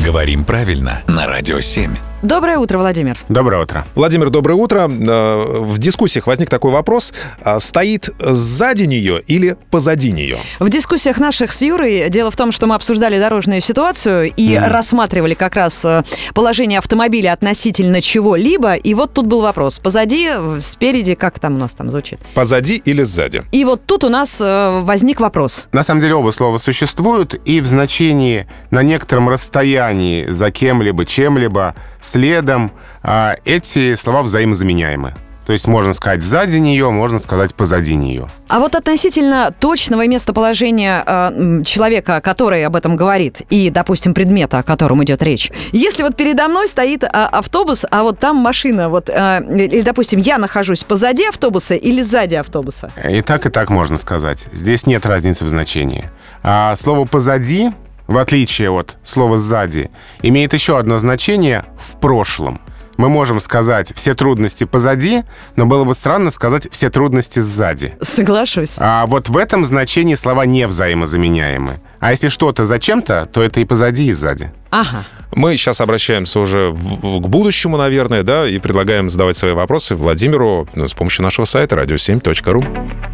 Говорим правильно на Радио 7. Доброе утро, Владимир. Доброе утро. Владимир, доброе утро. В дискуссиях возник такой вопрос. Стоит сзади нее или позади нее? В дискуссиях наших с Юрой дело в том, что мы обсуждали дорожную ситуацию и рассматривали как раз положение автомобиля относительно чего-либо. И вот тут был вопрос. Позади, спереди, как там у нас там звучит? Позади или сзади? И вот тут у нас возник вопрос. На самом деле оба слова существуют, и в значении на некотором расстоянии за кем-либо, чем-либо, следом, эти слова взаимозаменяемы. То есть можно сказать сзади нее, можно сказать позади нее. А вот относительно точного местоположения человека, который об этом говорит, и, допустим, предмета, о котором идет речь. Если вот передо мной стоит автобус, а вот там машина, или, допустим, я нахожусь позади автобуса или сзади автобуса? И так можно сказать. Здесь нет разницы в значении. А слово «позади», в отличие от слова «сзади», имеет еще одно значение «в прошлом». Мы можем сказать «все трудности позади», но было бы странно сказать «все трудности сзади». Соглашусь. А вот в этом значении слова не взаимозаменяемы. А если что-то зачем-то, то это и позади, и сзади. Ага. Мы сейчас обращаемся уже к будущему, наверное, да, и предлагаем задавать свои вопросы Владимиру с помощью нашего сайта radio7.ru.